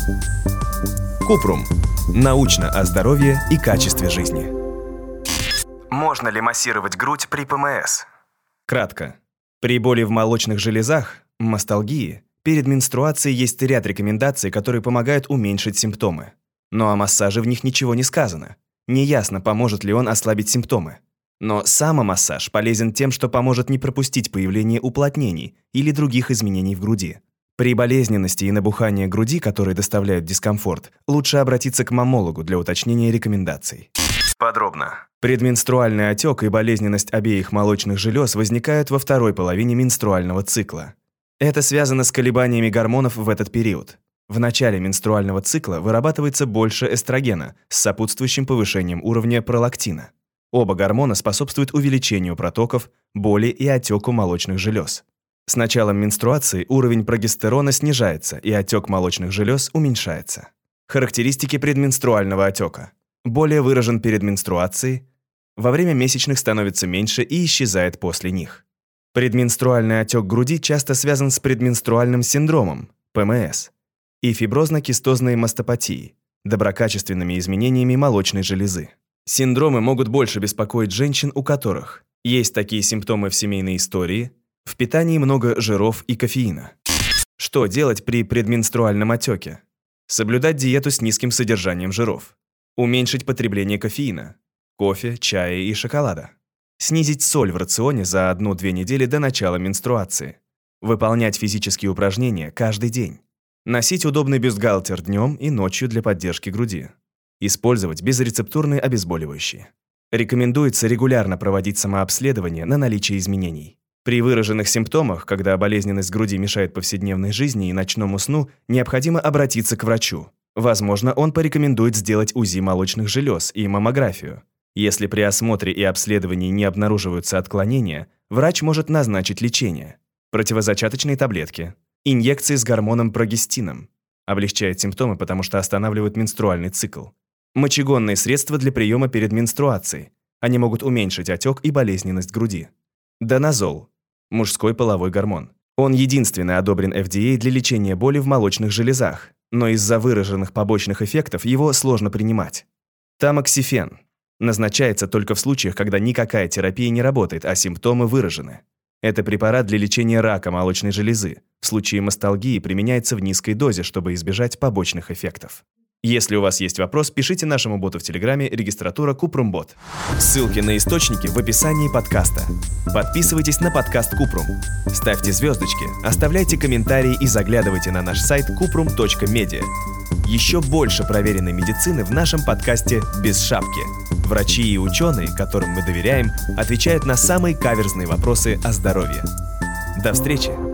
Купрум. Научно о здоровье и качестве жизни. Можно ли массировать грудь при ПМС? Кратко. При боли в молочных железах, масталгии, перед менструацией есть ряд рекомендаций, которые помогают уменьшить симптомы. Но о массаже в них ничего не сказано. Неясно, поможет ли он ослабить симптомы. Но самомассаж полезен тем, что поможет не пропустить появление уплотнений или других изменений в груди. При болезненности и набухании груди, которые доставляют дискомфорт, лучше обратиться к маммологу для уточнения рекомендаций. Подробно. Предменструальный отек и болезненность обеих молочных желез возникают во второй половине менструального цикла. Это связано с колебаниями гормонов в этот период. В начале менструального цикла вырабатывается больше эстрогена с сопутствующим повышением уровня пролактина. Оба гормона способствуют увеличению протоков, боли и отеку молочных желез. С началом менструации уровень прогестерона снижается, и отек молочных желез уменьшается. Характеристики предменструального отека. Более выражен перед менструацией, во время месячных становится меньше и исчезает после них. Предменструальный отек груди часто связан с предменструальным синдромом, ПМС, и фиброзно-кистозной мастопатией, доброкачественными изменениями молочной железы. Синдромы могут больше беспокоить женщин, у которых есть такие симптомы в семейной истории, в питании много жиров и кофеина. Что делать при предменструальном отеке? Соблюдать диету с низким содержанием жиров. Уменьшить потребление кофеина, кофе, чая и шоколада. Снизить соль в рационе за 1-2 недели до начала менструации. Выполнять физические упражнения каждый день. Носить удобный бюстгальтер днем и ночью для поддержки груди. Использовать безрецептурные обезболивающие. Рекомендуется регулярно проводить самообследование на наличие изменений. При выраженных симптомах, когда болезненность груди мешает повседневной жизни и ночному сну, необходимо обратиться к врачу. Возможно, он порекомендует сделать УЗИ молочных желез и маммографию. Если при осмотре и обследовании не обнаруживаются отклонения, врач может назначить лечение. Противозачаточные таблетки, инъекции с гормоном прогестином. Облегчает симптомы, потому что останавливают менструальный цикл. Мочегонные средства для приема перед менструацией. Они могут уменьшить отек и болезненность груди. Доназол. Мужской половой гормон. Он единственный одобрен FDA для лечения боли в молочных железах, но из-за выраженных побочных эффектов его сложно принимать. Тамоксифен. Назначается только в случаях, когда никакая терапия не работает, а симптомы выражены. Это препарат для лечения рака молочной железы. В случае масталгии применяется в низкой дозе, чтобы избежать побочных эффектов. Если у вас есть вопрос, пишите нашему боту в Телеграме, регистратура Купрумбот. Ссылки на источники в описании подкаста. Подписывайтесь на подкаст Купрум. Ставьте звездочки, оставляйте комментарии и заглядывайте на наш сайт kuprum.media. Еще больше проверенной медицины в нашем подкасте «Без шапки». Врачи и ученые, которым мы доверяем, отвечают на самые каверзные вопросы о здоровье. До встречи!